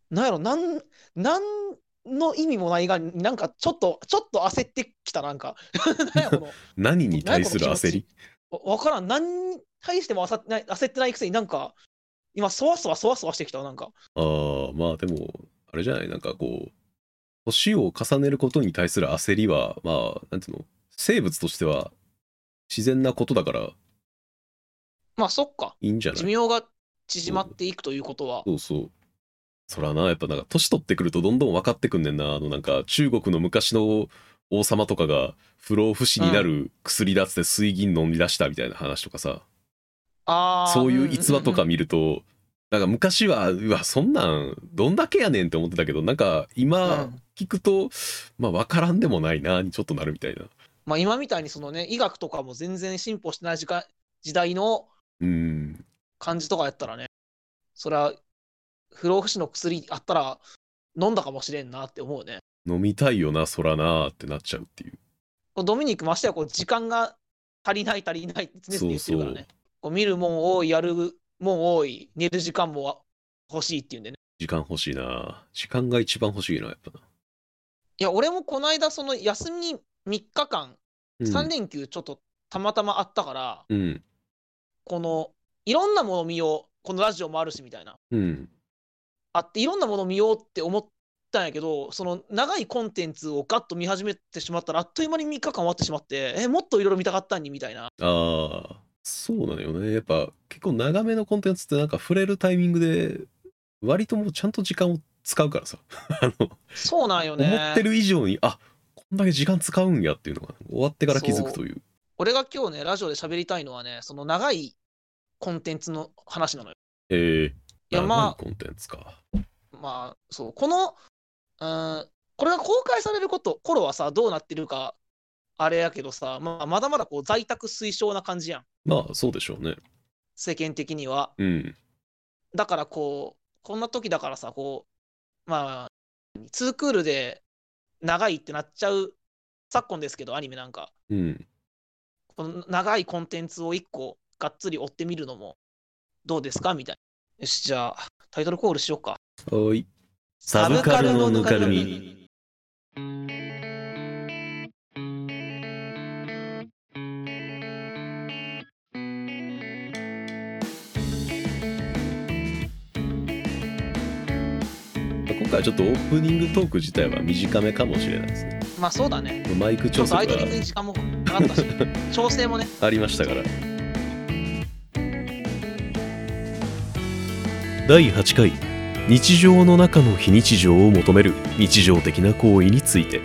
なんやろ、なんの意味もないが、なんかちょっと焦ってきた、なんか。なんやこの、 何に対する気持ち。 焦り？ わからん。何に対しても焦ってないくせになんか、今、そわそわしてきた、なんか。 ああ、まあでも、あれじゃない、なんかこう、年を重ねることに対する焦りは、まあ、なんていうの、生物としては自然なことだからまあ、そっか。 いいんじゃない？ 寿命が縮まっそうていくということは。 そうそう。そらな、やっぱなんか年取ってくるとどんどん分かってくんねんな。なんか中国の昔の王様とかが不老不死になる薬だっつって水銀飲み出したみたいな話とかさ、そういう逸話とか見ると、なんか昔は、うわ、そんなんどんだけやねんって思ってたけど、なんか今聞くと、まあ分からんでもないなにちょっとなるみたいな。 まあ、今みたいにそのね、医学とかも全然進歩してない時代の感じとかやったらね、それは不老不死の薬あったら飲んだかもしれんなって思うね。 飲みたいよな、そらなってなっちゃうっていう。 ドミニクましてはこう時間が足りないって常々言ってるからね。こう見るもん多い、やるもん多い、寝る時間も欲しいっていうんでね。 時間欲しいな。時間が一番欲しいな、やっぱな。 いや、俺もこの間、その休み3日間、3連休ちょっとたまたまあったから、このいろんなもの見よう、このラジオもあるしみたいな。あって、いろんなもの見ようって思ったんやけど、その長いコンテンツをガッと見始めてしまったら、あっという間に3日間終わってしまって、もっといろいろ見たかったんにみたいな。 ああ、そうなのよね。やっぱ結構長めのコンテンツってなんか触れるタイミングで割ともうちゃんと時間を使うからさそうなんよね。 思ってる以上に、あ、こんだけ時間使うんやっていうのが終わってから気づくという。 俺が今日ね、ラジオで喋りたいのはね、その長いコンテンツの話なのよ。 いや、長いまコンテンツか。 まあ、そう、これが公開される頃はさ、どうなってるか、あれやけどさ、まだまだこう在宅推奨な感じやん。 まあ、そうでしょうね。 世間的には。だからこんな時だからさ、まあ、ツークールで長いってなっちゃう昨今ですけど、アニメなんか。この長いコンテンツを1個がっつり追ってみるのもどうですかみたいな。よし、じゃあ、タイトルコールしようか。 はい。サブカルのぬかるみ。今回はちょっとオープニングトーク自体は短めかもしれないですね。 まあそうだね。 マイク調整がちょっとアイドリングに時間もかかったし、調整もね。 ありましたから。第8回、日常の中の非日常を求める日常的な行為について。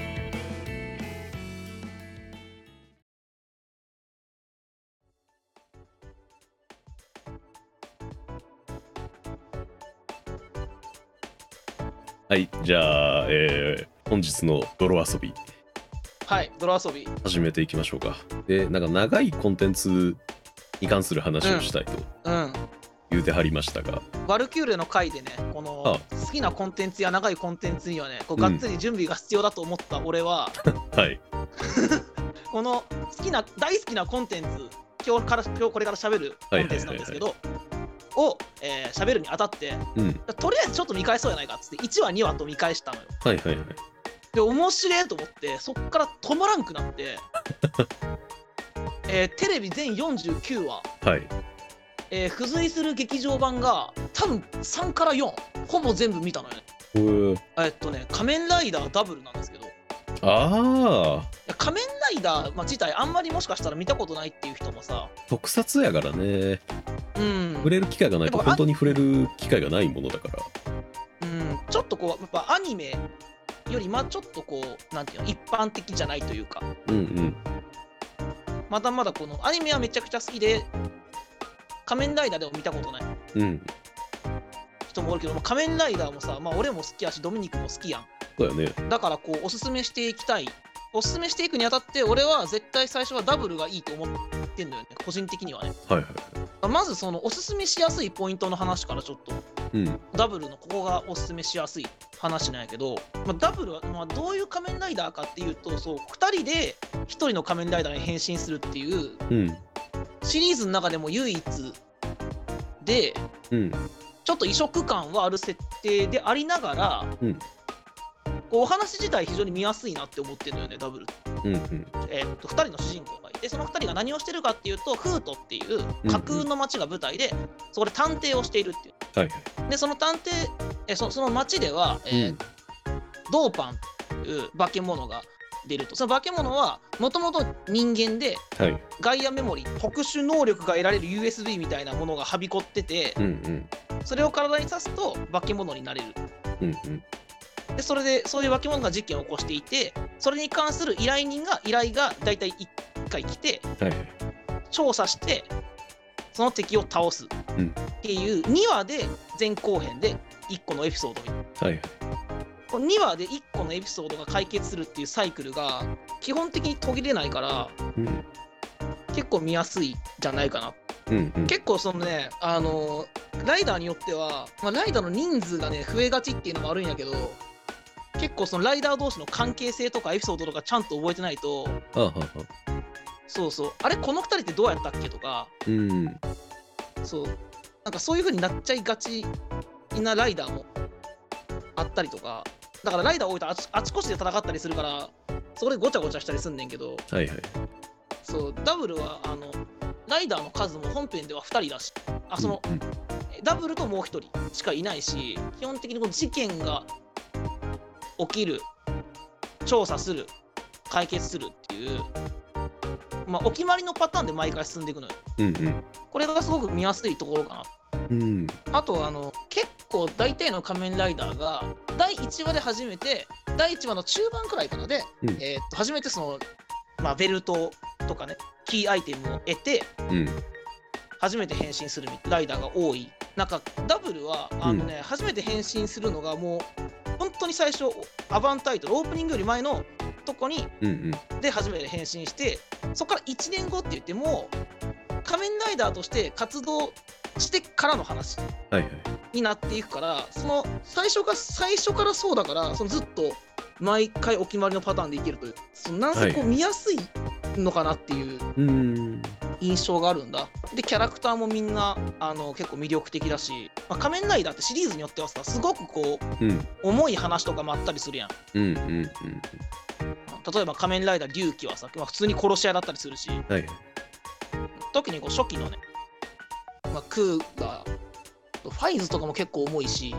はい、じゃあ、本日の泥遊び。 はい、泥遊び。 始めていきましょうか。で、なんか長いコンテンツに関する話をしたいと言うてはりましたが、 バルキューレの回でね、この好きなコンテンツや長いコンテンツにはね、がっつり準備が必要だと思った俺は、 はい。 この大好きなコンテンツ、今日これから喋るコンテンツなんですけど、を喋るにあたって、とりあえずちょっと見返そうやないかっつって1話2話と見返したのよ。で面白いと思って、そっから止まらんくなってテレビ全49話、付随する劇場版が多分3から4ほぼ全部見たのよね。仮面ライダーダブルなんですけど、仮面ライダー、自体あんまりもしかしたら見たことないっていう人もさ、 特撮やからね、触れる機会がないと本当に触れる機会がないものだから、 ちょっとこうやっぱアニメよりちょっとこうなんていうの、一般的じゃないというか、まだまだこのアニメはめちゃくちゃ好きで仮面ライダーでも見たことない、人もおるけど、仮面ライダーもさ、俺も好きやしドミニクも好きやん。 そうだよね。 だからこうおすすめしていきたい。おすすめしていくにあたって俺は絶対最初はダブルがいいと思ってんのよね、個人的にはね。まずそのおすすめしやすいポイントの話からちょっと、ダブルのここがおすすめしやすい話なんやけど、ダブルは、どういう仮面ライダーかっていうと、そう2人で1人の仮面ライダーに変身するっていう、シリーズの中でも唯一で、 ちょっと異色感はある設定でありながら、こうお話自体非常に見やすいなって思ってるのよね、ダブル。2人の主人公がいて、その2人が何をしてるかっていうと、フートっていう架空の町が舞台で、そこで探偵をしているっていう。でその探偵、その町では、ドーパンっていう化け物が出ると。その化け物はもともと人間で、ガイアメモリー、特殊能力が得られる USB みたいなものがはびこってて、それを体に刺すと化け物になれる。でそれでそういう化け物が事件を起こしていて、それに関する依頼がだいたい1回来て、調査してその敵を倒すっていう2話で前後編で1個のエピソードみたいな。この2話で1個のエピソードが解決するっていうサイクルが基本的に途切れないから、結構見やすいじゃないかな。結構そのね、ライダーによっては、ライダーの人数がね増えがちっていうのもあるんやけど、結構そのライダー同士の関係性とかエピソードとかちゃんと覚えてないと、そうそう、あれこの2人ってどうやったっけとか、そうなんかそういう風になっちゃいがちなライダーもあったりとか、だからライダー置いたらあちこちで戦ったりするから、そこでごちゃごちゃしたりすんねんけど、そうダブルはライダーの数も本編では2人だし、ダブルともう1人しかいないし、基本的にこの事件が起きる、調査する、解決するっていう、お決まりのパターンで毎回進んでいくのよ。これがすごく見やすいところかな。あと結構大体の仮面ライダーが第1話で初めて、第1話の中盤くらいからで、初めてその、ベルトとかね、キーアイテムを得て、初めて変身するライダーが多い。なんかダブルは初めて変身するのがもう本当に最初、アバンタイトルオープニングより前のとこに、で初めて変身して、そこから1年後って言っても仮面ライダーとして活動してからの話になっていくから、その最初からそうだから、そのずっと毎回お決まりのパターンでいけるという、なんせこう見やすいのかなっていう印象があるんだ。でキャラクターもみんな結構魅力的だし、仮面ライダーってシリーズによってはさ、すごくこう、重い話とかもあったりするやん。例えば仮面ライダー龍騎はさ、普通に殺し屋だったりするし、特にこう初期のね、クーガー、ファイズとかも結構重いし、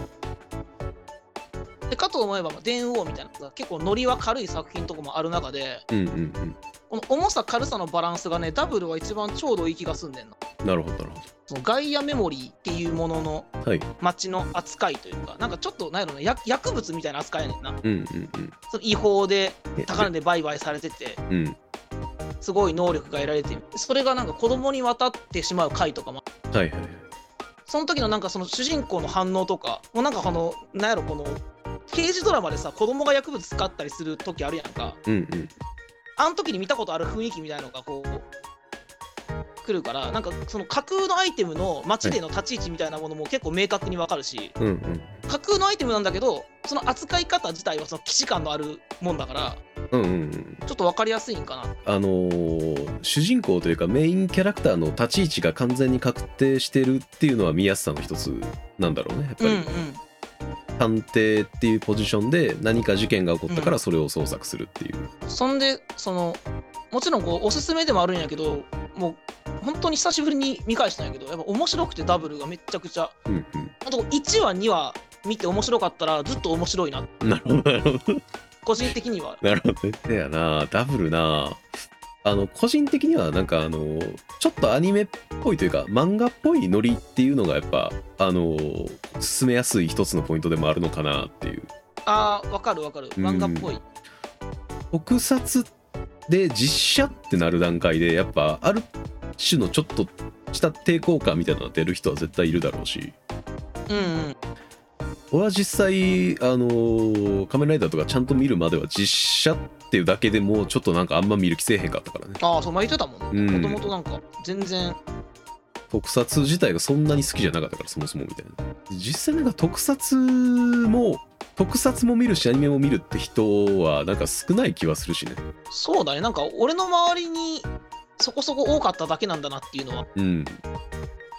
でかと思えば電王みたいな結構ノリは軽い作品とかもある中で、この重さ軽さのバランスがね、ダブルは一番ちょうどいい気がすんねんな。 なるほどなるほど。 そのガイアメモリーっていうものの街の扱いというか、なんかちょっとなんやろな、薬物みたいな扱いやねんな。その違法で高値で売買されてて、すごい能力が得られて、それがなんか子供に渡ってしまう回とかも、その時のなんかその主人公の反応とかもうなんかなんやろ、この刑事ドラマでさ、子供が薬物使ったりする時あるやんか。あの時に見たことある雰囲気みたいなのがこう来るから、なんかその架空のアイテムの街での立ち位置みたいなものも結構明確に分かるし、架空のアイテムなんだけど、その扱い方自体はその既視感のあるもんだから、ちょっと分かりやすいんかな。 主人公というかメインキャラクターの立ち位置が完全に確定してるっていうのは見やすさの一つなんだろうね、やっぱり。探偵っていうポジションで何か事件が起こったからそれを捜索するっていう、 そんでもちろんこうおすすめでもあるんやけど、もう本当に久しぶりに見返したんやけど、やっぱ面白くてダブルがめっちゃくちゃ、あと1話2話見て面白かったらずっと面白いな。 なるほどなるほど。 個人的には。 なるほどね。やな、ダブルな。個人的にはなんかちょっとアニメっぽいというか漫画っぽいノリっていうのがやっぱ進めやすい一つのポイントでもあるのかなっていう。 わかるわかる、漫画っぽい。 特撮で実写ってなる段階でやっぱある種のちょっとした抵抗感みたいなのが出る人は絶対いるだろうし、俺は実際仮面ライダーとかちゃんと見るまでは実写っていうだけでもうちょっとなんかあんま見る気せえへんかったからね。 そう言ってたもんね。もともとなんか全然特撮自体がそんなに好きじゃなかったから、そもそもみたいな。実際なんか特撮も見るしアニメも見るって人はなんか少ない気はするしね。 そうだね、なんか俺の周りにそこそこ多かっただけなんだなっていうのは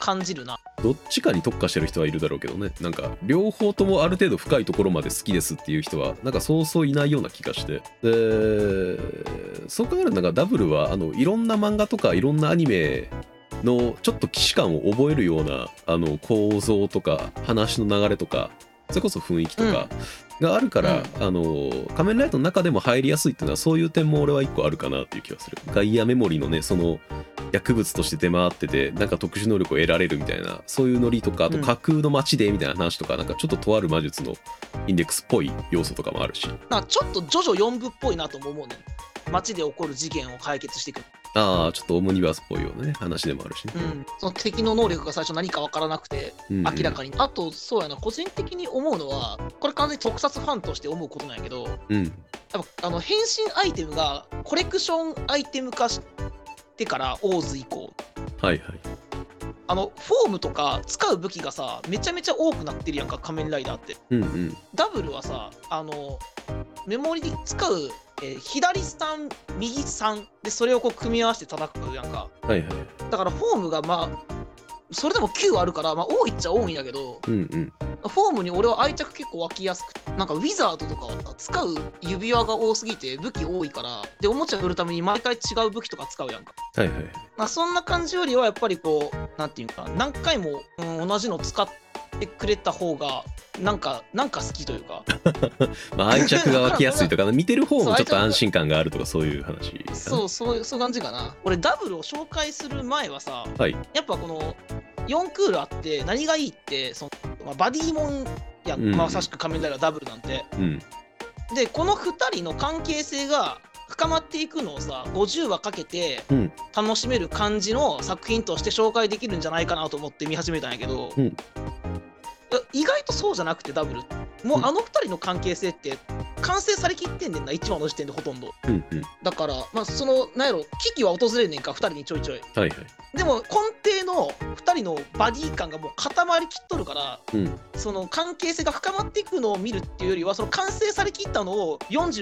感じるな。 どっちかに特化してる人はいるだろうけどね。なんか両方ともある程度深いところまで好きですっていう人はなんかそうそういないような気がして、でそう考えるとなんかダブルはいろんな漫画とかいろんなアニメのちょっと既視感を覚えるような構造とか話の流れとかそれこそ雰囲気とかがあるから、仮面ライダーの中でも入りやすいっていうのはそういう点も俺は一個あるかなっていう気がする。ガイアメモリのねその薬物として出回っててなんか特殊能力を得られるみたいなそういうノリとか、あと架空の街でみたいな話とか、なんかちょっととある魔術のインデックスっぽい要素とかもあるし、 なんかちょっとジョジョ4部っぽいなとも思うね。街で起こる事件を解決していく。 ちょっとオムニバースっぽいようなね話でもあるしね。 その敵の能力が最初何か分からなくて明らかに、あとそうやな、個人的に思うのはこれ完全に特撮ファンとして思うことなんやけど、やっぱ変身アイテムがコレクションアイテム化してからオーズ以降、フォームとか使う武器がさめちゃめちゃ多くなってるやんか、仮面ライダーって。ダブルはさメモリで使う、左3右3でそれをこう組み合わせて叩くやんか。だからフォームがそれでも9あるから、多いっちゃ多いんだけど、フォームに俺は愛着結構湧きやすくて、なんかウィザードとかは使う指輪が多すぎて武器多いから、でおもちゃ売るために毎回違う武器とか使うやんか。そんな感じよりはやっぱりこうなんていうか何回も、同じの使ってくれた方がなんか好きというか愛着が湧きやすいとか見てる方もちょっと安心感があるとかそういう話かな。 そういう感じかな。俺ダブルを紹介する前はさ、やっぱこの4クールあって何がいいってバディモンやん、まさしく仮面ライダーダブルなんて、でこの2人の関係性が深まっていくのをさ50話かけて楽しめる感じの作品として紹介できるんじゃないかなと思って見始めたんやけど、意外とそうじゃなくてダブルもう2人の関係性って完成されきってんねんな、1話の時点でほとんど。だからなんやろ、危機は訪れんねんか2人にちょいちょい。でも根底の2人のバディ感がもう固まりきっとるから、その関係性が深まっていくのを見るっていうよりはその完成されきったのを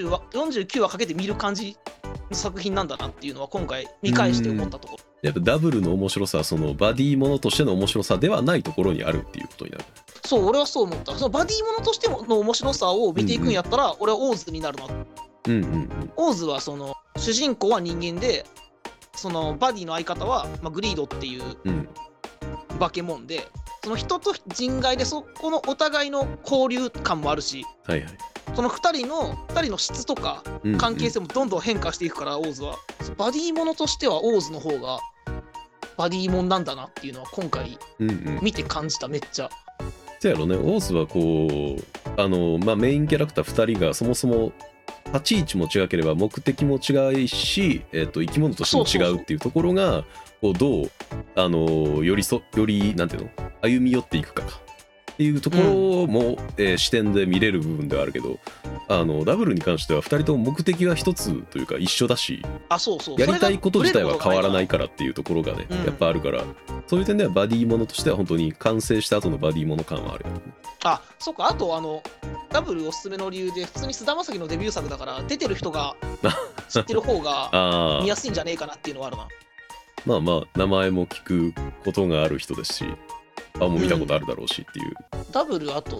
49話かけて見る感じの作品なんだなっていうのは今回見返して思ったところ。 やっぱダブルの面白さはそのバディものとしての面白さではないところにあるっていうことになる。 そう、俺はそう思った。そのバディものとしての面白さを見ていくんやったら、俺はオーズになるな。オーズはその主人公は人間で、そのバディの相方は、グリードっていう化け物で、その人と人外でそこのお互いの交流感もあるし、その2人の質とか関係性もどんどん変化していくから、オーズはバディものとしてはオーズの方がバディもんなんだなっていうのは今回見て感じた。めっちゃそうやろね。オーズはこうメインキャラクター2人がそもそも立ち位置も違ければ目的も違いし、生き物としても違うっていうところがこうどうよりなんていうの歩み寄っていくかっていうところも、視点で見れる部分ではあるけど、ダブルに関しては2人とも目的は一つというか一緒だし、やりたいこと自体は変わらないからっていうところがね、やっぱあるから、そういう点ではバディものとしては本当に完成した後のバディもの感はあるよね。 そうか。あとダブルおすすめの理由で普通に菅田将暉のデビュー作だから出てる人が知ってる方が見やすいんじゃねえかなっていうのはあるな。 名前も聞くことがある人ですし、もう見たことあるだろうしっていう。 ダブルあと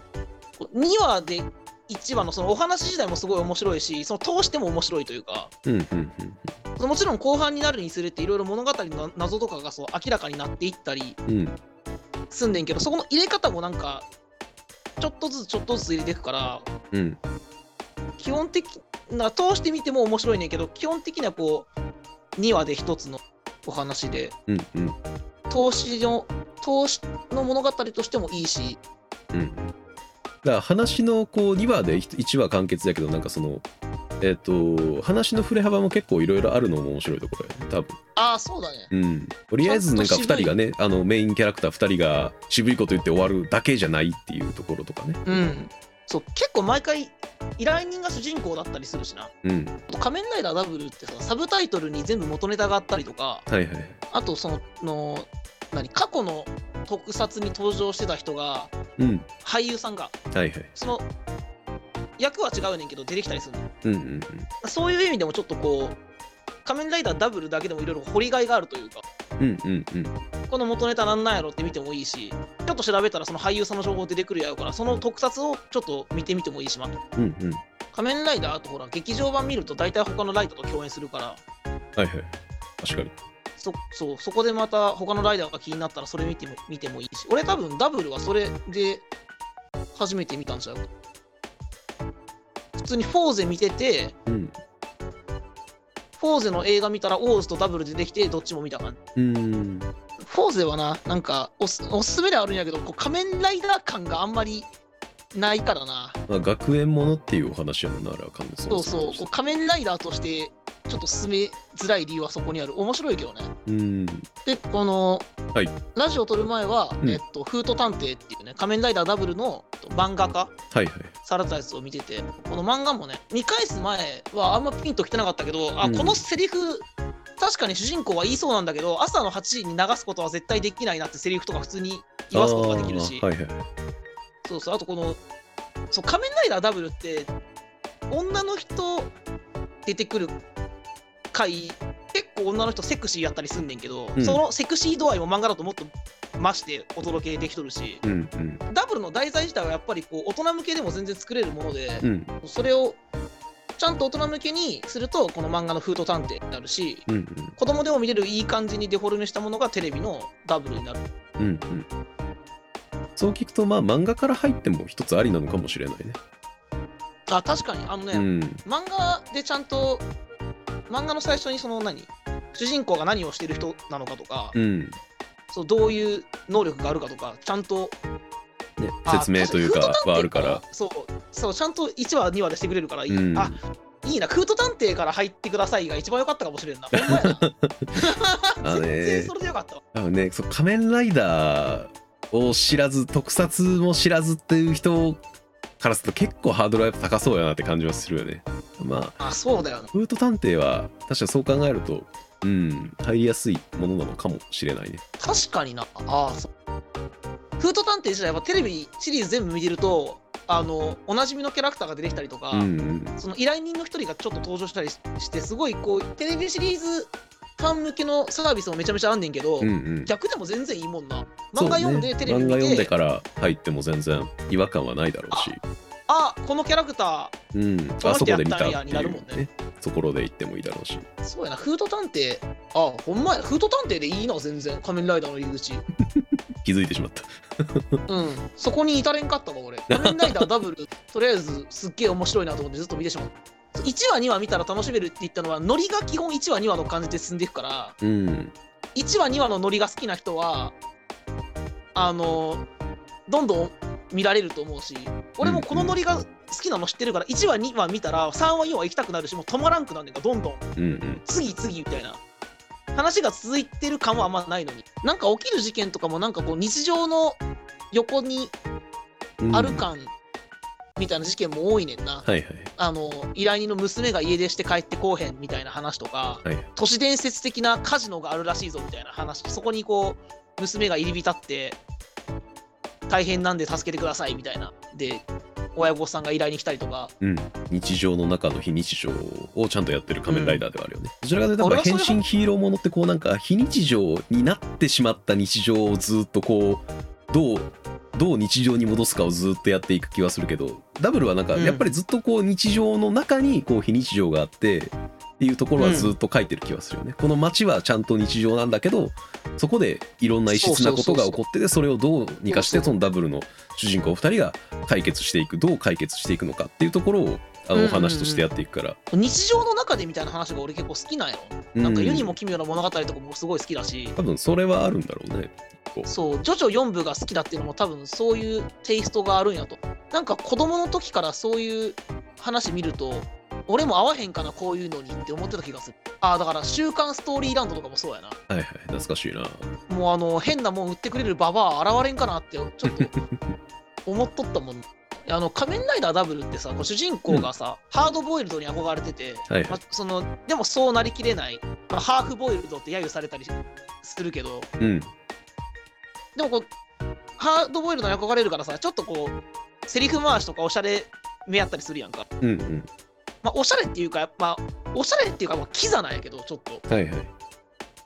2話で1話のそのお話自体もすごい面白いし、その通しても面白いというか、もちろん後半になるにつれていろいろ物語の謎とかが明らかになっていったりすんねんけど、そこの入れ方もなんかちょっとずつ入れていくから、基本的な通してみても面白いねんけど、基本的にはこう2話で一つのお話で、投資の物語としてもいいし、 だから話のこう2話で1話完結だけど、なんかその話の振れ幅も結構いろいろあるのも面白いところやね、多分。 そうだね。 とりあえずなんか2人がね、メインキャラクター2人が渋いこと言って終わるだけじゃないっていうところとかね。そう、結構毎回依頼人が主人公だったりするしな。仮面ライダーダブルってさ、サブタイトルに全部元ネタがあったりとか、あとその過去の特撮に登場してた人が、俳優さんが、その役は違うねんけど出てきたりするの。そういう意味でもちょっとこう仮面ライダーダブルだけでもいろいろ掘りがいがあるというか、 この元ネタなんなんやろって見てもいいし、ちょっと調べたらその俳優さんの情報出てくるやろから、その特撮をちょっと見てみてもいいし、仮面ライダーとほら劇場版見ると大体他のライダーと共演するから、 はいはい、確かに。 そこでまた他のライダーが気になったらそれ見てもいいし、俺多分ダブルはそれで初めて見たんちゃう。普通にフォーゼ見てて、フォーゼの映画見たらオーズとダブルでできてどっちも見た感じ。フォーゼはな、なんかおすすめではあるんやけど、こう仮面ライダー感があんまりないからな。 まあ、学園ものっていうお話やもんな、あれは完全に。 そうこう仮面ライダーとしてちょっと進めづらい理由はそこにある。面白いけどね。で、この、ラジオを撮る前は、フート探偵っていうね、仮面ライダーダブルの漫画家されたやつを見てて、この漫画もね、見返す前はあんまピンときてなかったけど、このセリフ、確かに主人公は言いそうなんだけど、朝の8時に流すことは絶対できないなってセリフとか普通に言わすことができるし、あとこの、仮面ライダーダブルって、女の人出てくる回、結構女の人セクシーやったりすんねんけど、そのセクシー度合いも漫画だともっと増してお届けできとるし、ダブルの題材自体はやっぱりこう大人向けでも全然作れるもので、それをちゃんと大人向けにするとこの漫画のフート探偵になるし、子供でも見れるいい感じにデフォルメしたものがテレビのダブルになる。 そう聞くとまあ漫画から入っても一つありなのかもしれないね。 確かに漫画でちゃんと漫画の最初に主人公が何をしてる人なのかとか、どういう能力があるかとかちゃんと、 説明というかはあるから、 そうちゃんと1話2話でしてくれるからいい。いいな、フート探偵から入ってくださいが一番良かったかもしれんな。ほんまやな。全然それでよかったわ。 仮面ライダーを知らず特撮も知らずっていう人からすると結構ハードルは高そうやなって感じはするよね。 そうだよな。 フート探偵は確かそう考えると入りやすいものなのかもしれないね。 確かにな。フート探偵自体はテレビシリーズ全部見てるとおなじみのキャラクターが出てきたりとか、その依頼人の一人がちょっと登場したりしてすごいこうテレビシリーズファン向けのサービスもめちゃめちゃあんねんけど、逆でも全然いいもんな。漫画読んでテレビ見て、 漫画読んでから入っても全然違和感はないだろうし、 このキャラクター、 あそこで見たってになるもんね。 ところで行ってもいいだろうし。 そうやな、フート探偵、ほんまや、フート探偵でいいな、全然仮面ライダーの入り口。 気づいてしまった。 そこに至れんかったわ俺。仮面ライダーダブルとりあえずすっげえ面白いなと思ってずっと見てしまった。1話2話見たら楽しめるって言ったのはノリが基本1話2話の感じで進んでいくから、1話2話のノリが好きな人はどんどん見られると思うし、俺もこのノリが好きなの知ってるから1話2話見たら3話4話行きたくなるし、もう止まらんくなんねんかどんどん、次みたいな話が続いてる感はあんまないのに、なんか起きる事件とかもなんかこう日常の横にある感みたいな事件も多いねんな。依頼人の娘が家出して帰ってこうへんみたいな話とか、都市伝説的なカジノがあるらしいぞみたいな話、そこにこう娘が入り浸って大変なんで助けてくださいみたいなで親御さんが依頼に来たりとか、 日常の中の非日常をちゃんとやってる仮面ライダーではあるよね。どちらかというと変身ヒーローものってこうなんか非日常になってしまった日常をずっとこうどう日常に戻すかをずっとやっていく気はするけど、ダブルはなんかやっぱりずっとこう日常の中にこう非日常があってっていうところはずっと書いてる気はするよね。この街はちゃんと日常なんだけど、そこでいろんな異質なことが起こってて、それをどうにかしてそのダブルの主人公2人が解決していく、どう解決していくのかっていうところをお話としてやっていくから、 日常の中でみたいな話が俺結構好きなんよ。なんか世にも奇妙な物語とかもすごい好きだし、 多分それはあるんだろうね。 そうジョジョ4部が好きだっていうのも多分そういうテイストがあるんやと。なんか子供の時からそういう話見ると俺も合わへんかなこういうのにって思ってた気がする。だから週刊ストーリーランドとかもそうやな。 懐かしいな。 もう変なもん売ってくれるババア現れんかなってちょっと思っとったもん。仮面ライダーダブルってさ、主人公がさ、ハードボイルドに憧れてて、でもそうなりきれない、ハーフボイルドって揶揄されたりするけど、でもこうハードボイルドに憧れるからさ、ちょっとこうセリフ回しとかおしゃれ目やったりするやんか。おしゃれっていうか、おしゃれっていうかキザなんやけど、ちょっと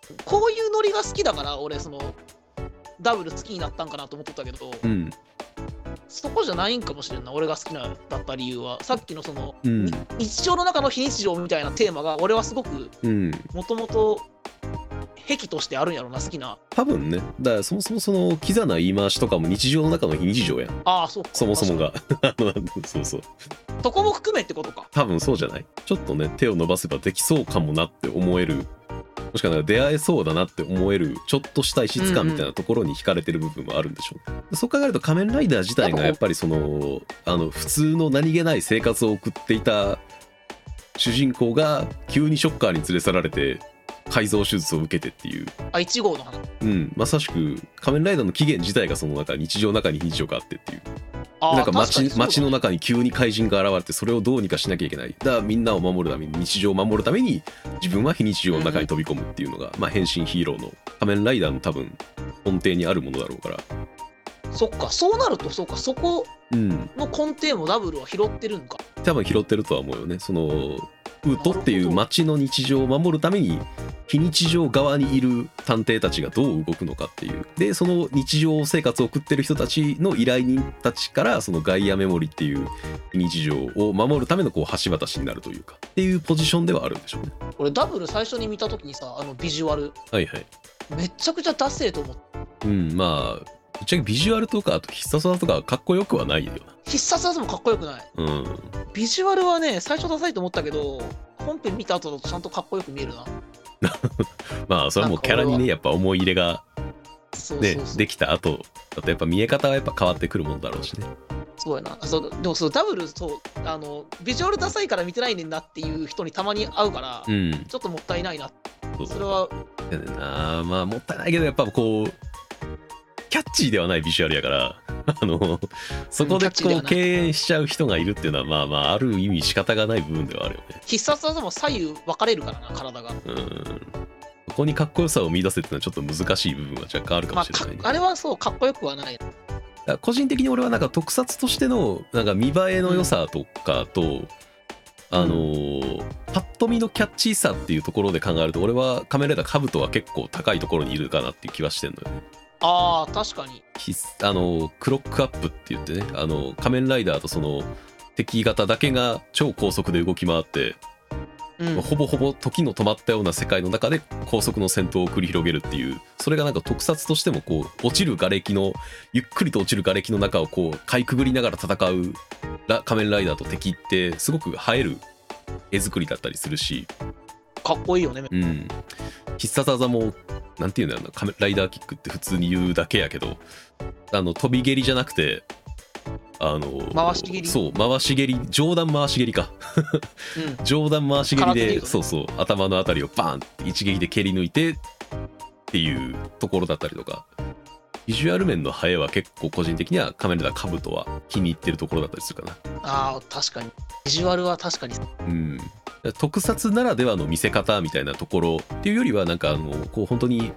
こういうノリが好きだから俺そのダブル好きになったんかなと思ってたけど、うん、そこじゃないんかもしれんな。俺が好きなだった理由はさっきのその、うん、日常の中の非日常みたいなテーマが俺はすごくもともと癖としてあるんやろな、好きな。 多分ね。だからそもそもそのキザな言い回しとかも日常の中の非日常やん。 ああ、そうか。 そもそもがそうそう、 そこも含めってことか。 多分そうじゃない。ちょっとね手を伸ばせばできそうかもなって思える、もしくは出会えそうだなって思えるちょっとした異質感みたいなところに惹かれてる部分もあるんでしょう、うんうん、そう考えると仮面ライダー自体がやっぱりその普通の何気ない生活を送っていた主人公が急にショッカーに連れ去られて改造手術を受けてっていう、 1号の話、 うん、まさしく仮面ライダーの起源自体がその中日常の中に非日常があってっていう、なんか街の中に急に怪人が現れてそれをどうにかしなきゃいけない、だからみんなを守るために日常を守るために自分は非日常の中に飛び込むっていうのが、まあ変身ヒーローの仮面ライダーの多分根底にあるものだろうから、 そっか、そうなるとそうか、そこの根底もダブルは拾ってるんか、 多分拾ってるとは思うよね。そのウトっていう街の日常を守るために非日常側にいる探偵たちがどう動くのかっていう、でその日常生活を送ってる人たちの依頼人たちからそのガイアメモリっていう非日常を守るためのこう橋渡しになるというかっていうポジションではあるんでしょうね。 俺ダブル最初に見た時にさ、ビジュアル、 はいはい、 めちゃくちゃダセえと思って、 まあぶっちゃけビジュアルとかあと必殺技とかかっこよくはないよな。 必殺技もかっこよくない、ビジュアルはね最初ダサいと思ったけど本編見た後だとちゃんとかっこよく見えるなまあそれはもうキャラにねやっぱ思い入れがねできた後だとやっぱ見え方はやっぱ変わってくるもんだろうしね。 そうやな。でもダブルビジュアルダサいから見てないねんなっていう人にたまに会うから、ちょっともったいないな。それはまあもったいないけどやっぱこうキャッチーではないビジュアルやからそこでこう敬遠しちゃう人がいるっていうのはまあまあある意味仕方がない部分ではあるよね。 必殺技も左右分かれるからな、体が。 そこにかっこよさを見出せっていうのはちょっと難しい部分は若干あるかもしれないね。 あれはそうかっこよくはない。 個人的に俺はなんか特撮としてのなんか見栄えの良さとかと、パッと見のキャッチーさっていうところで考えると俺は仮面ライダーカブトは結構高いところにいるかなっていう気はしてんのよね。 あー確かに。 クロックアップって言ってね、仮面ライダーとその敵型だけが超高速で動き回って、ほぼほぼ時の止まったような世界の中で高速の戦闘を繰り広げるっていう、それがなんか特撮としてもこう落ちる瓦礫のゆっくりと落ちる瓦礫の中をこうかいくぐりながら戦う仮面ライダーと敵ってすごく映える絵作りだったりするし、 かっこいいよね。 必殺技もなんていうんだろうな、仮面ライダーキックって普通に言うだけやけど飛び蹴りじゃなくて回し蹴り、 そう回し蹴り、上段回し蹴りか、上段回し蹴りで、そうそう頭のあたりをバーンって一撃で蹴り抜いてっていうところだったりとか、ビジュアル面の映えは結構個人的には仮面ライダーカブトは気に入ってるところだったりするかな。 確かにビジュアルは確かに特撮ならではの見せ方みたいなところっていうよりはなんかこう本当に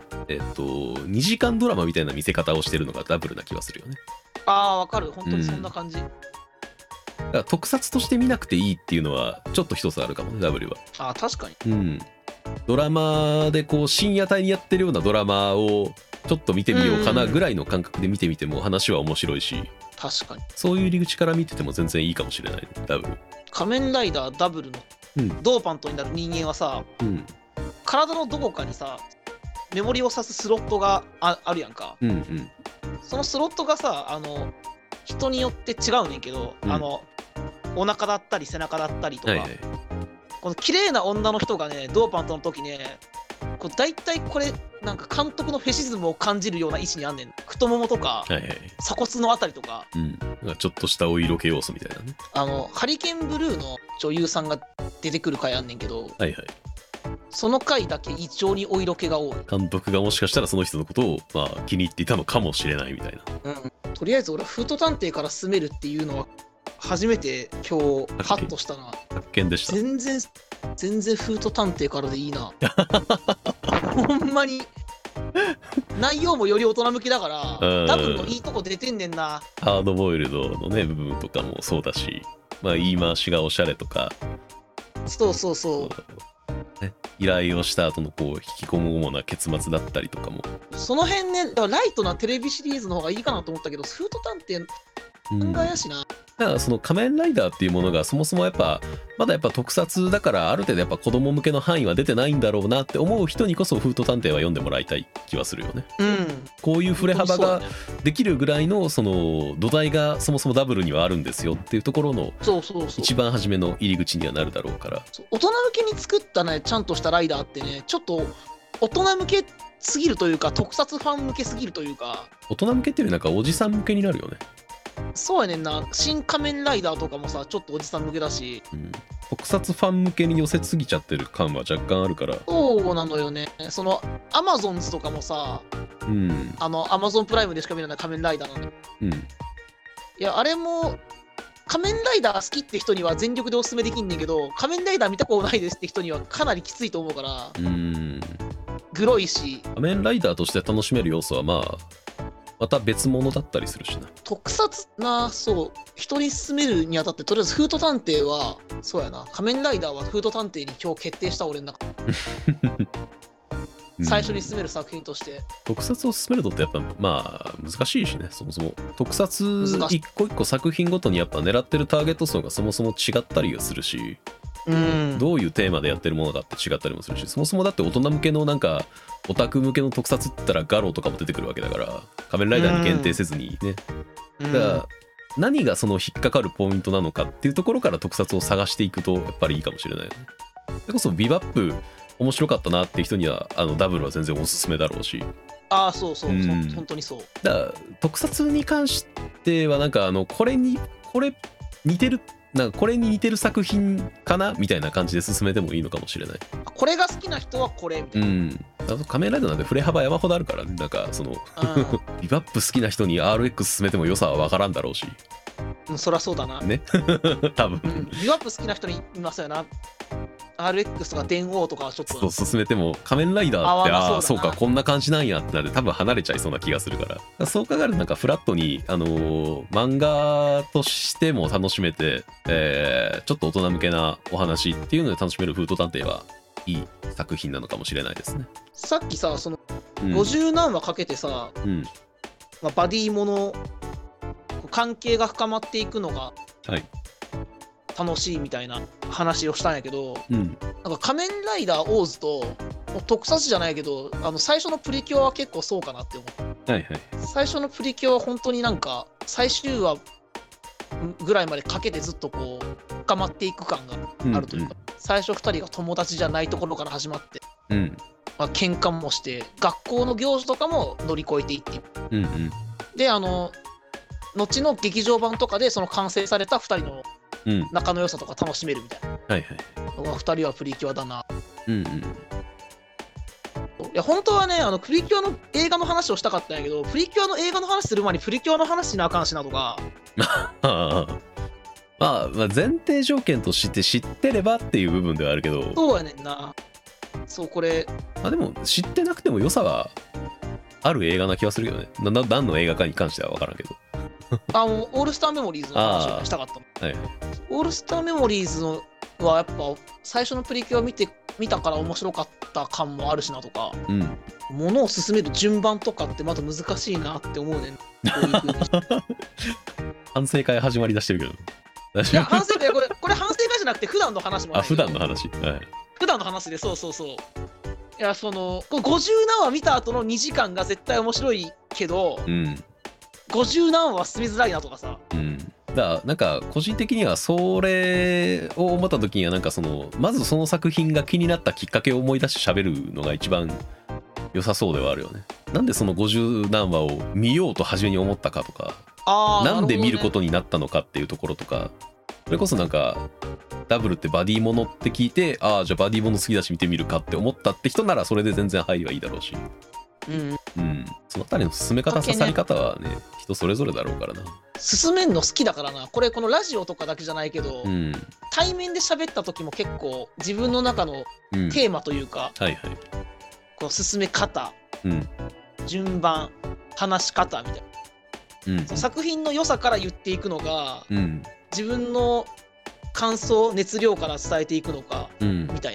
2時間ドラマみたいな見せ方をしてるのがダブルな気はするよね。 わかる、本当にそんな感じ。 だから特撮として見なくていいっていうのはちょっと一つあるかもね、ダブルは。 確かに。 ドラマでこう深夜帯にやってるようなドラマをちょっと見てみようかなぐらいの感覚で見てみても話は面白いし、 確かにそういう入り口から見てても全然いいかもしれないね、ダブル。 仮面ライダーダブルのドーパントになる人間はさ、体のどこかにさメモリを挿すスロットが あるやんか、そのスロットがさ人によって違うねんけど、お腹だったり背中だったりとか、この綺麗な女の人がねドーパントの時ねだいたいこれなんか監督のフェシズムを感じるような位置にあんねん。太ももとか、鎖骨のあたりとか、 ちょっとしたお色気要素みたいなね。 ハリケーンブルーの女優さんが出てくる回あんねんけど、その回だけ異常にお色気が多い。 監督がもしかしたらその人のことを、気に入っていたのかもしれないみたいな。 とりあえず俺はフート探偵から進めるっていうのは初めて今日ハッとしたな。 発見でした。 全然フート探偵からでいいな。ほんまに内容もより大人向きだからダブルのいいとこ出てんねんな。 ハードボイルドのね部分とかもそうだし、言い回しがおしゃれとか。 そう、 依頼をした後のこう引きこもごもな結末だったりとかも、 その辺ね、だからライトなテレビシリーズの方がいいかなと思ったけど、フード探偵考えやしな。 だからその仮面ライダーっていうものがそもそもやっぱまだやっぱ特撮だからある程度やっぱ子供向けの範囲は出てないんだろうなって思う人にこそフード探偵は読んでもらいたい気はするよね。こういう振れ幅ができるぐらいのその土台がそもそもダブルにはあるんですよっていうところの一番初めの入り口にはなるだろうから。 大人向けに作ったねちゃんとしたライダーってね、ちょっと大人向けすぎるというか特撮ファン向けすぎるというか、 大人向けっていうよりなんかおじさん向けになるよね。 そうやねんな。新仮面ライダーとかもさちょっとおじさん向けだし、 特撮ファン向けに寄せすぎちゃってる感は若干あるから。 そうなのよね。そのアマゾンズとかもさ、アマゾンプライムでしか見れない仮面ライダーなの、いやあれも仮面ライダー好きって人には全力でおすすめできんねんけど、仮面ライダー見たことないですって人にはかなりきついと思うから、グロいし。 仮面ライダーとして楽しめる要素はまた別物だったりするしな。 特撮な、そう人に勧めるにあたってとりあえずフード探偵はそうやな、仮面ライダーはフード探偵に今日決定した俺の中最初に進める作品として特撮を進めるのってやっぱ難しいしね。そもそも特撮一個一個作品ごとにやっぱ狙ってるターゲット層がそもそも違ったりはするし、どういうテーマでやってるものかって違ったりもするし、そもそもだって大人向けのなんかオタク向けの特撮って言ったらガロとかも出てくるわけだから、仮面ライダーに限定せずにね、だから何がその引っかかるポイントなのかっていうところから特撮を探していくとやっぱりいいかもしれないよね。それこそビバップ面白かったなっていう人にはダブルは全然おすすめだろうし。 そう、本当にそうだから特撮に関してはなんかこれに似てるなんかこれに似てる作品かなみたいな感じで進めてもいいのかもしれない。 これが好きな人はこれみたいな。 仮面ライダーなんて振れ幅山ほどあるからね。なんかそのビバップ好きな人に RX 進めても良さは分からんだろうし。 そりゃそうだなね多分、 ビバップ好きな人にいますよな。RX とか電王とかはちょっとそう進めても仮面ライダーってそうかこんな感じなんやってなって多分離れちゃいそうな気がするから、そう考えるとなんかフラットに漫画としても楽しめて、ちょっと大人向けなお話っていうので楽しめるフード探偵はいい作品なのかもしれないですね。 さっきさその50何話かけてさ、バディもの関係が深まっていくのが楽しいみたいな話をしたんやけど、なんか仮面ライダーオーズと特撮じゃないけど最初のプリキュアは結構そうかなって思う。最初のプリキュアは本当になんか最終話ぐらいまでかけてずっとこう深まっていく感があるというか、最初2人が友達じゃないところから始まって、喧嘩もして学校の行事とかも乗り越えていっていく、で後の劇場版とかでその完成された2人の仲の良さとか楽しめるみたいなのが2人はプリキュアだな。いや本当はねプリキュアの映画の話をしたかったんやけど、プリキュアの映画の話する前にプリキュアの話しなあかんしなとか前提条件として知ってればっていう部分ではあるけど、 そうやねんな。そうこれでも知ってなくても良さはある映画な気はするよね。何の映画かに関しては分からんけどもうオールスターメモリーズの話をしたかったの。オールスターメモリーズのはやっぱ最初のプリキュア見たから面白かった感もあるしなとか、物を進める順番とかってまだ難しいなって思うねん。こういう風に反省会始まりだしてるけど。 いや反省会これ反省会じゃなくて普段の話も普段の話、 普段の話でそういやその50何話見た後の2時間が絶対面白いけど、50何話進みづらいなとかさ、 だからなんか個人的にはそれを思った時にはなんかまずその作品が気になったきっかけを思い出して喋るのが一番良さそうではあるよね。なんでその50何話を見ようと初めに思ったかとか、なんで見ることになったのかっていうところとか、それこそなんかダブルってバディものって聞いてじゃあバディもの好きだし見てみるかって思ったって人ならそれで全然入りはいいだろうし、そのあたりの進め方刺さり方はね人それぞれだろうからな。 進めんの好きだからな。これこのラジオとかだけじゃないけど、対面で喋った時も結構自分の中のテーマというか、こう進め方、順番、話し方みたいな、その作品の良さから言っていくのが、自分の感想熱量から伝えていくのか、みたいな、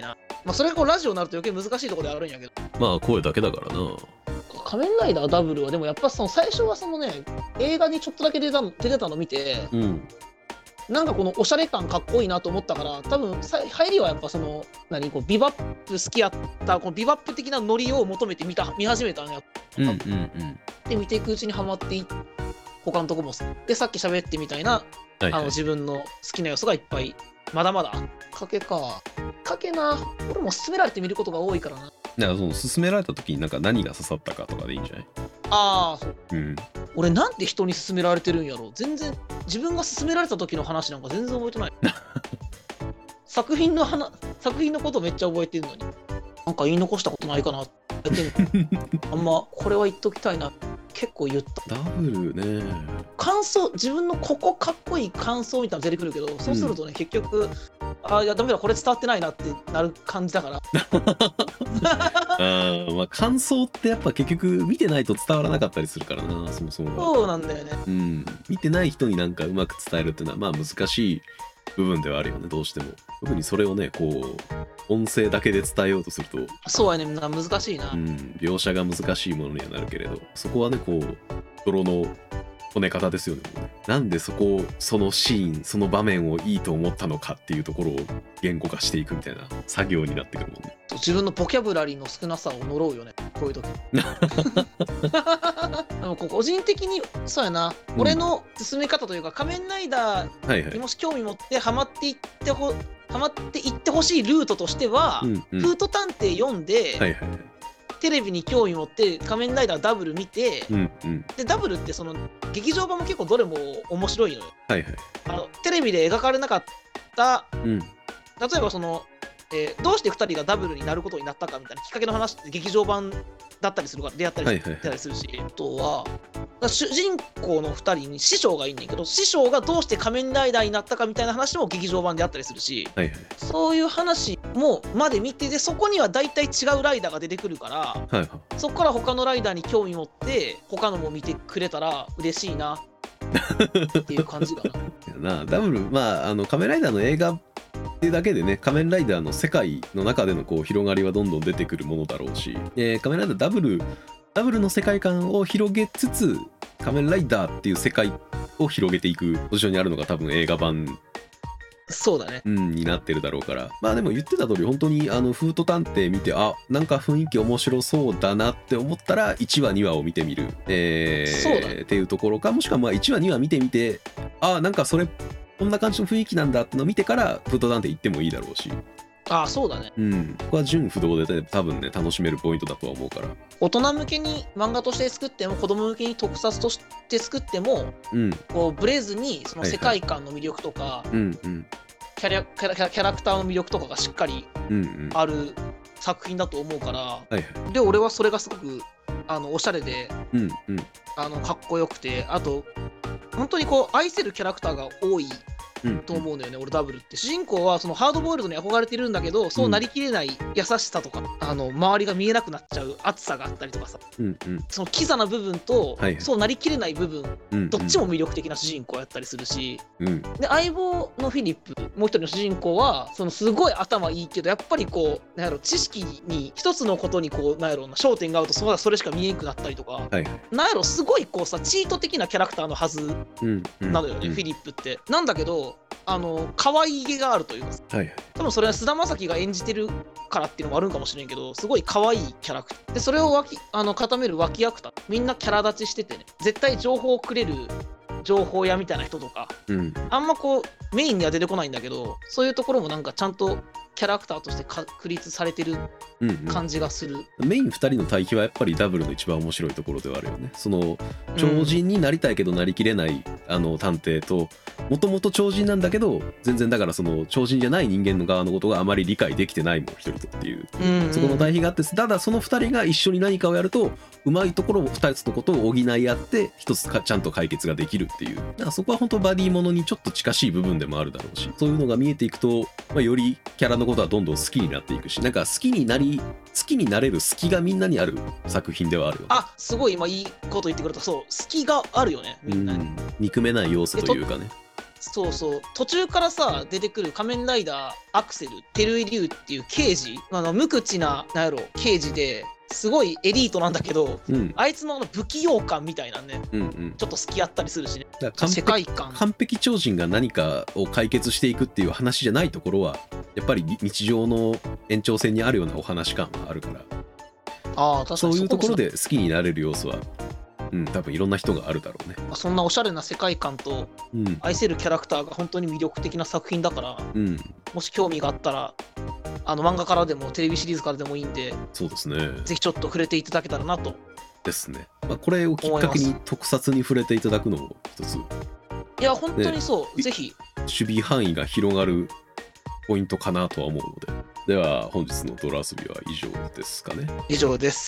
まあそれがこうラジオになると余計難しいところであるんやけど、 まあ声だけだからな。 仮面ライダーダブルはでもやっぱその最初はそのね、映画にちょっとだけ出てたの見て、 うん、 なんかこのおしゃれ感かっこいいなと思ったから、多分入りはやっぱそのこうビバップ好きやったこのビバップ的なノリを求めて見始めたんや。で見ていくうちにハマっていって、他のとこもでさっき喋ってみたいな、自分の好きな要素がいっぱいまだまだ賭けな。俺も勧められて見ることが多いからな。 だからその勧められた時になんか何が刺さったかとかでいいんじゃない？ ああ、そう、 うん、 俺なんで人に勧められてるんやろ。全然自分が勧められた時の話なんか全然覚えてない作品のことめっちゃ覚えてるのに、なんか言い残したことないかなってあんまこれは言っときたいな、結構言った。 ダブルね、 感想、自分のここかっこいい感想みたいなの出てくるけど、そうするとね、結局いやダメだ、これ伝わってないなってなる感じだからまあ感想ってやっぱ結局見てないと伝わらなかったりするからな、そもそもは。 そうなんだよね。 見てない人になんかうまく伝えるっていうのはまあ難しい部分ではあるよね、どうしても。特にそれをね、こう音声だけで伝えようとすると、 そうやね、難しいな。 描写が難しいものにはなるけれど、そこはね、こう泥のこね方ですよね。なんでそのシーン、その場面をいいと思ったのかっていうところを言語化していくみたいな作業になってくるもんね。 自分のボキャブラリーの少なさを呪うよね、こういう時でも個人的にそうやな、俺の進め方というか、仮面ライダーにもし興味持ってハマっていってほしいルートとしては、フート探偵読んで、テレビに興味持って仮面ライダーダブル見て、でダブルってその劇場版も結構どれも面白いのよ。テレビで描かれなかった、例えばその、どうして2人がダブルになることになったかみたいなきっかけの話って劇場版だったりするから出会ったりするし、あとは主人公の2人に師匠がいんねんけど、師匠がどうして仮面ライダーになったかみたいな話も劇場版であったりするし、そういう話もまで見て、でそこには大体違うライダーが出てくるから、そこから他のライダーに興味持って他のも見てくれたら嬉しいなっていう感じかな。 ダブル、まあ仮面ライダーの映画っていうだけでね、仮面ライダーの世界の中でのこう広がりはどんどん出てくるものだろうし、仮面ライダーダブルの世界観を広げつつ、仮面ライダーっていう世界を広げていくポジションにあるのが多分映画版、 そうだね、 になってるだろうから。まあでも言ってた通り、本当にフート探偵見て、なんか雰囲気面白そうだなって思ったら1話2話を見てみる、っていうところか、もしくはまあ1話2話見てみて、なんかそれこんな感じの雰囲気なんだってのを見てからフート探偵行ってもいいだろうし。 そうだね。 ここは純不動で、ね、多分ね楽しめるポイントだとは思うから。 大人向けに漫画として作っても子供向けに特撮として作っても、こうブレずにその世界観の魅力とか、キャラクターの魅力とかがしっかりある作品だと思うから、で俺はそれがすごくおしゃれで、かっこよくて、あと本当にこう愛せるキャラクターが多いと思うのよね、俺ダブルって。主人公はそのハードボイルドに憧れてるんだけど、そうなりきれない優しさとか、周りが見えなくなっちゃう熱さがあったりとかさ、そのキザな部分と、そうなりきれない部分、どっちも魅力的な主人公やったりするし、で相棒のフィリップ、もう一人の主人公はそのすごい頭いいけど、やっぱりこうなんやろ、知識に一つのことにこうなんやろな焦点が合うとそれしか見えなくなったりとか、なんやろ、すごいこうさチート的なキャラクターのはずなのよね、フィリップって。なんだけど可愛げがあるというか、多分それは菅田将暉が演じてるからっていうのもあるんかもしれんけど、すごい可愛いキャラクターで、それを固める脇役みんなキャラ立ちしててね、絶対情報をくれる情報屋みたいな人とか、あんまこうメインには出てこないんだけど、そういうところもなんかちゃんとキャラクターとして確立されてる感じがする。 メイン2人の対比はやっぱりダブルの一番面白いところではあるよね。その超人になりたいけどなりきれない探偵と、もともと超人なんだけど全然だからその超人じゃない人間の側のことがあまり理解できてないもん一人とっていう、そこの対比があって、ただその2人が一緒に何かをやるとうまいところを2つのことを補い合って一つちゃんと解決ができるっていう、だからそこは本当バディものにちょっと近しい部分でもあるだろうし、そういうのが見えていくと、よりキャラのことはどんどん好きになっていくし、なんか好きになれる隙がみんなにある作品ではあるよね。 すごい今いいこと言ってくれた。そう、隙があるよね、みんなに。 憎めない要素というかね。 そうそう、途中からさ出てくる仮面ライダーアクセル照井龍っていう刑事、無口ななんやろ刑事ですごいエリートなんだけど、あいつの不器用感みたいなね、ちょっと好きやったりするしね。世界観完璧超人が何かを解決していくっていう話じゃないところはやっぱり日常の延長線にあるようなお話感はあるから、 確かにそういうところで好きになれる要素は多分いろんな人があるだろうね。 そんなおしゃれな世界観と愛せるキャラクターが本当に魅力的な作品だから、もし興味があったら漫画からでもテレビシリーズからでもいいんで、 そうですね、ぜひちょっと触れていただけたらなとですね。これをきっかけに特撮に触れていただくのも一つ、 いや本当にそう、ぜひ守備範囲が広がるポイントかなとは思うので。では本日の泥遊びは以上ですかね。 以上です。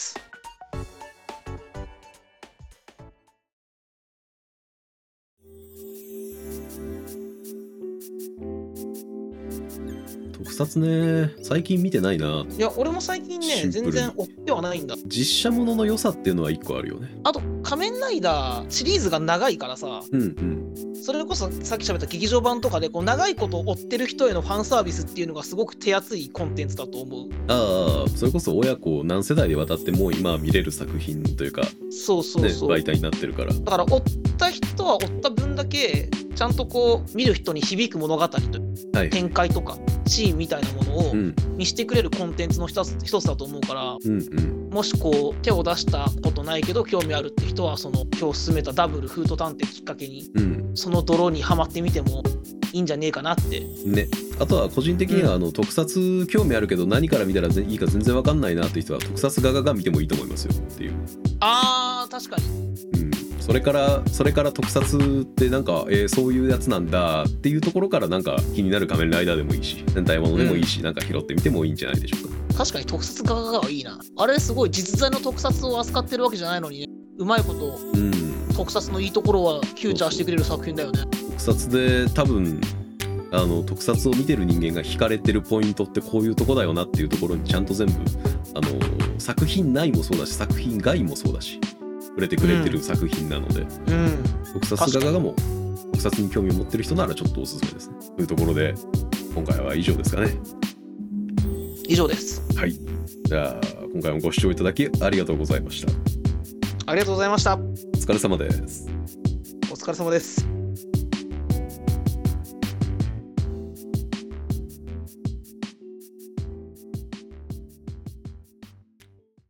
特撮ね、最近見てないな。 いや俺も最近ね全然追ってはないんだ。 実写ものの良さっていうのは一個あるよね。 あと仮面ライダーシリーズが長いからさ、それこそさっき喋った劇場版とかでこう長いこと追ってる人へのファンサービスっていうのがすごく手厚いコンテンツだと思う。 それこそ親子何世代で渡ってもう今見れる作品というか、 そう、 媒体になってるから、 だから追った人は追った分だけちゃんとこう見る人に響く物語と、展開とかシーンみたいなものを見してくれるコンテンツの一つだと思うから、もしこう手を出したことないけど興味あるって人はその今日勧めたダブルフート探偵きっかけに、その泥にはまってみてもいいんじゃねえかなってね。あとは個人的には特撮興味あるけど何から見たらいいか全然わかんないなって人は特撮ガガが見てもいいと思いますよっていう。 確かに、 それから特撮ってなんか、そういうやつなんだっていうところからなんか気になる仮面ライダーでもいいし戦隊ものでもいいし、なんか拾ってみてもいいんじゃないでしょうか。 確かに特撮ガガガはいいな。あれすごい実在の特撮を扱ってるわけじゃないのにね、うまいこと、特撮のいいところはフューチャーしてくれる作品だよね。 特撮で多分特撮を見てる人間が惹かれてるポイントってこういうとこだよなっていうところにちゃんと全部作品内もそうだし作品外もそうだし触れてくれてる作品なので、特撮ガガガも特撮に興味を持ってる人ならちょっとおすすめですね。というところで今回は以上ですかね。 以上です。 はい、じゃあ今回もご視聴いただきありがとうございました。 ありがとうございました。 お疲れ様です。 お疲れ様です。